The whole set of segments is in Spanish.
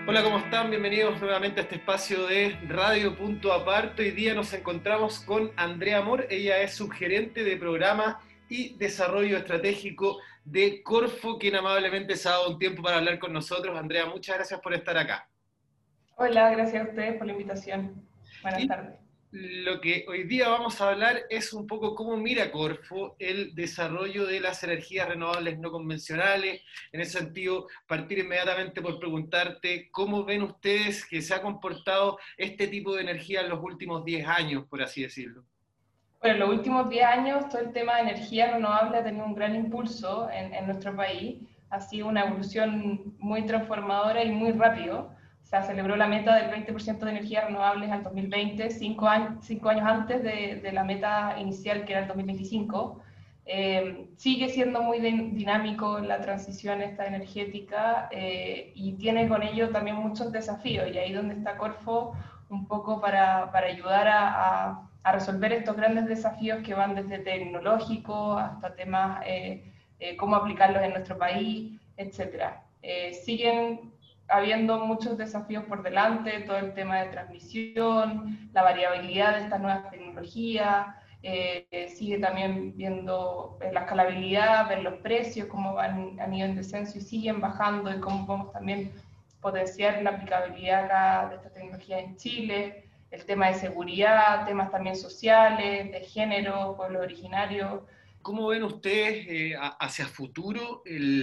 Hola, ¿cómo están? Bienvenidos nuevamente a este espacio de Radio Punto Aparte. Hoy día nos encontramos con Andrea Amor. Ella es subgerente de programa y desarrollo estratégico de Corfo, quien amablemente se ha dado un tiempo para hablar con nosotros. Andrea, muchas gracias por estar acá. Hola, gracias a ustedes por la invitación. Buenas Y tardes. lo que hoy día vamos a hablar es un poco cómo mira Corfo el desarrollo de las energías renovables no convencionales. En ese sentido, partir inmediatamente por preguntarte cómo ven ustedes que se ha comportado este tipo de energía en los últimos 10 años, por así decirlo. Bueno, en los últimos 10 años todo el tema de energía renovable ha tenido un gran impulso en nuestro país. Ha sido una evolución muy transformadora y muy rápido. Se celebró la meta del 20% de energías renovables al 2020, 5 años antes de la meta inicial que era el 2025. Sigue siendo muy dinámico la transición esta energética y tiene con ello también muchos desafíos. Y ahí donde está Corfo un poco para ayudar a resolver estos grandes desafíos que van desde tecnológicos hasta temas cómo aplicarlos en nuestro país, etc. Siguen habiendo muchos desafíos por delante, todo el tema de transmisión, la variabilidad de estas nuevas tecnologías, sigue también viendo la escalabilidad, ver los precios, cómo han ido en descenso y siguen bajando y cómo podemos también potenciar la aplicabilidad acá de esta tecnología en Chile, el tema de seguridad, temas también sociales, de género, pueblo originario. ¿Cómo ven ustedes hacia futuro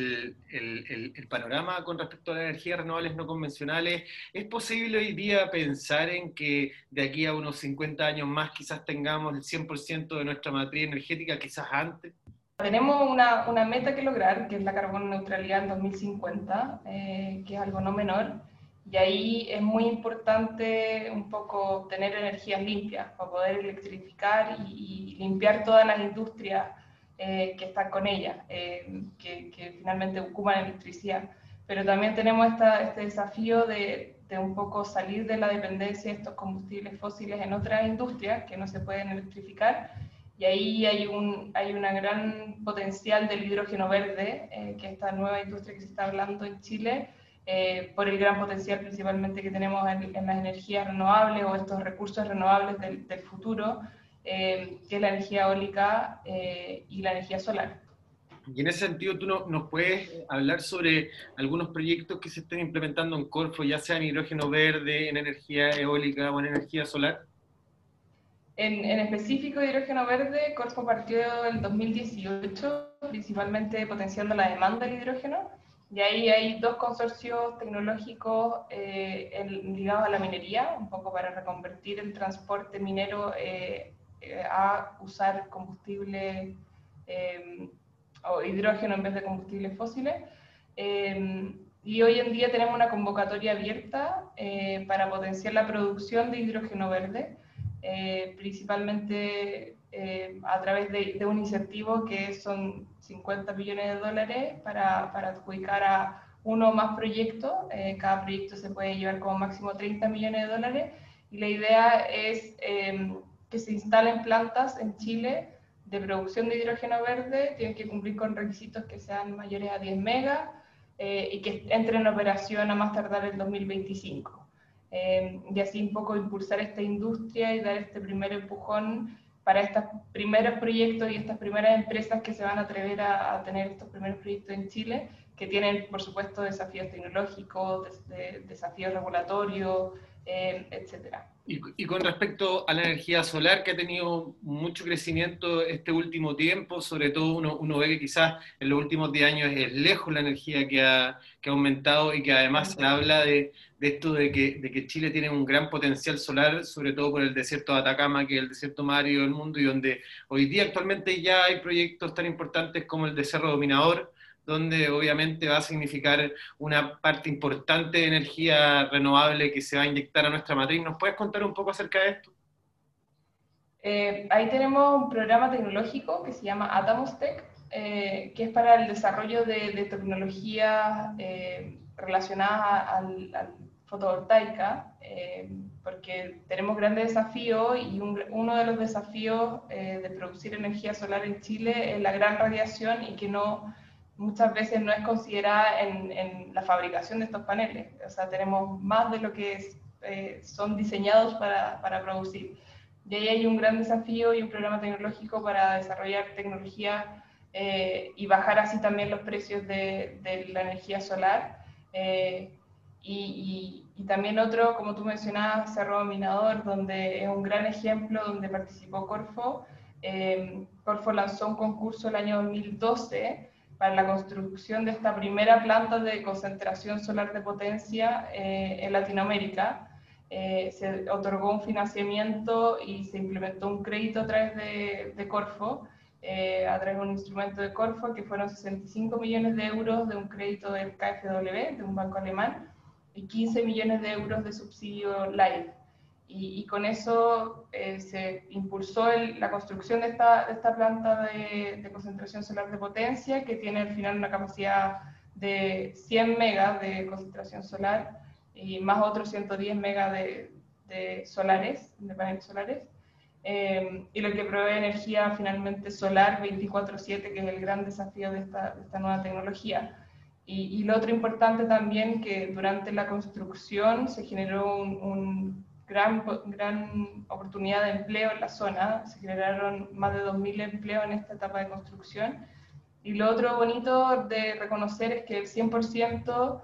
el panorama con respecto a las energías renovables no convencionales? ¿Es posible hoy día pensar en que de aquí a unos 50 años más quizás tengamos el 100% de nuestra matriz energética, quizás antes? Tenemos una meta que lograr, que es la carbono neutralidad en 2050, que es algo no menor, y ahí es muy importante un poco tener energías limpias para poder electrificar y limpiar todas las industrias que están con ella, que finalmente ocupan electricidad. Pero también tenemos este desafío de un poco salir de la dependencia de estos combustibles fósiles en otras industrias que no se pueden electrificar, y ahí hay una gran potencial del hidrógeno verde, que es esta nueva industria que se está hablando en Chile, por el gran potencial principalmente que tenemos en las energías renovables o estos recursos renovables del futuro, que es la energía eólica y la energía solar. Y en ese sentido, ¿tú nos puedes hablar sobre algunos proyectos que se estén implementando en Corfo, ya sea en hidrógeno verde, en energía eólica o en energía solar? En específico, hidrógeno verde, Corfo partió en 2018, principalmente potenciando la demanda del hidrógeno, y ahí hay dos consorcios tecnológicos ligados a la minería, un poco para reconvertir el transporte minero a usar combustible o hidrógeno en vez de combustibles fósiles. Y hoy en día tenemos una convocatoria abierta para potenciar la producción de hidrógeno verde, principalmente a través de un incentivo que son 50 millones de dólares para adjudicar a uno o más proyectos. Cada proyecto se puede llevar como máximo 30 millones de dólares, y la idea es que se instalen plantas en Chile de producción de hidrógeno verde. Tienen que cumplir con requisitos que sean mayores a 10 megas y que entren en operación a más tardar el 2025. Y así un poco impulsar esta industria y dar este primer empujón para estos primeros proyectos y estas primeras empresas que se van a atrever a tener estos primeros proyectos en Chile, que tienen, por supuesto, desafíos tecnológicos, desafíos regulatorios, etcétera. Y con respecto a la energía solar, que ha tenido mucho crecimiento este último tiempo, sobre todo uno ve que quizás en los últimos 10 años es lejos la energía que ha aumentado, y que además se habla de esto de que Chile tiene un gran potencial solar, sobre todo por el desierto de Atacama, que es el desierto más árido del mundo, y donde hoy día actualmente ya hay proyectos tan importantes como el de Cerro Dominador, donde obviamente va a significar una parte importante de energía renovable que se va a inyectar a nuestra matriz. ¿Nos puedes contar un poco acerca de esto? Ahí tenemos un programa tecnológico que se llama Atamostech, que es para el desarrollo de tecnologías relacionadas al fotovoltaica, porque tenemos grandes desafíos, y uno de los desafíos de producir energía solar en Chile es la gran radiación, y que no muchas veces no es considerada en la fabricación de estos paneles. O sea, tenemos más de lo que son diseñados para producir. Y ahí hay un gran desafío y un programa tecnológico para desarrollar tecnología y bajar así también los precios de la energía solar. Y también otro, como tú mencionabas, Cerro Minador, donde es un gran ejemplo, donde participó Corfo. Corfo lanzó un concurso el año 2012 para la construcción de esta primera planta de concentración solar de potencia en Latinoamérica. Se otorgó un financiamiento y se implementó un crédito a través de Corfo, a través de un instrumento de Corfo, que fueron 65 millones de euros de un crédito del KfW, de un banco alemán, y 15 millones de euros de subsidio LIFE. Y con eso se impulsó la construcción de esta planta de concentración solar de potencia, que tiene al final una capacidad de 100 megas de concentración solar y más otros 110 megas de paneles solares. Y lo que provee energía finalmente solar 24/7, que es el gran desafío de esta nueva tecnología. Y lo otro importante también, que durante la construcción se generó un gran oportunidad de empleo en la zona, se generaron más de 2.000 empleos en esta etapa de construcción. Y lo otro bonito de reconocer es que el 100%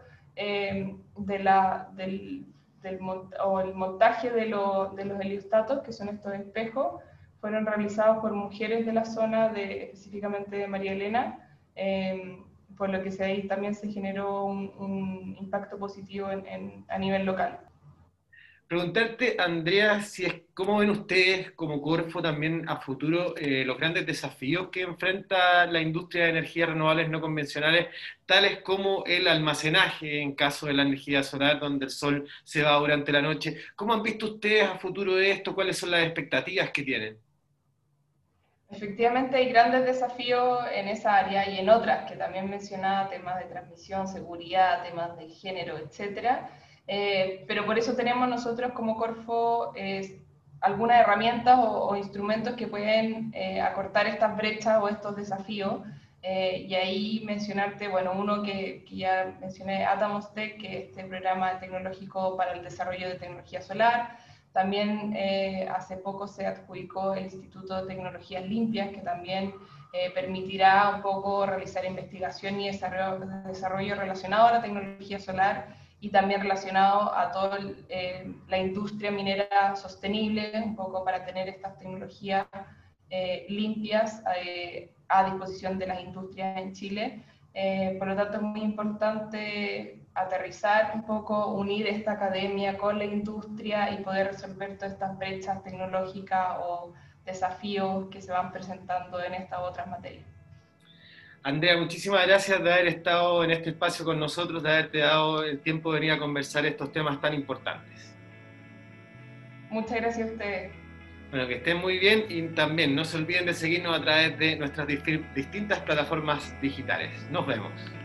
el montaje de los heliostatos, que son estos espejos, fueron realizados por mujeres de la zona, específicamente de María Elena, por lo que ahí también se generó un impacto positivo a nivel local. Preguntarte, Andrea, cómo ven ustedes como Corfo también a futuro los grandes desafíos que enfrenta la industria de energías renovables no convencionales, tales como el almacenaje en caso de la energía solar, donde el sol se va durante la noche. ¿Cómo han visto ustedes a futuro esto? ¿Cuáles son las expectativas que tienen? Efectivamente hay grandes desafíos en esa área y en otras, que también mencionaba, temas de transmisión, seguridad, temas de género, etcétera. Pero por eso tenemos nosotros como Corfo algunas herramientas o instrumentos que pueden acortar estas brechas o estos desafíos. Y ahí mencionarte, bueno, uno que ya mencioné, Atomos-Tech, que es este programa tecnológico para el desarrollo de tecnología solar. También hace poco se adjudicó el Instituto de Tecnologías Limpias, que también permitirá un poco realizar investigación y desarrollo relacionado a la tecnología solar y también relacionado a toda la industria minera sostenible, un poco para tener estas tecnologías limpias a disposición de las industrias en Chile. Por lo tanto, es muy importante aterrizar un poco, unir esta academia con la industria y poder resolver todas estas brechas tecnológicas o desafíos que se van presentando en estas otras materias. Andrea, muchísimas gracias de haber estado en este espacio con nosotros, de haberte dado el tiempo de venir a conversar estos temas tan importantes. Muchas gracias a ustedes. Bueno, que estén muy bien y también no se olviden de seguirnos a través de nuestras distintas plataformas digitales. Nos vemos.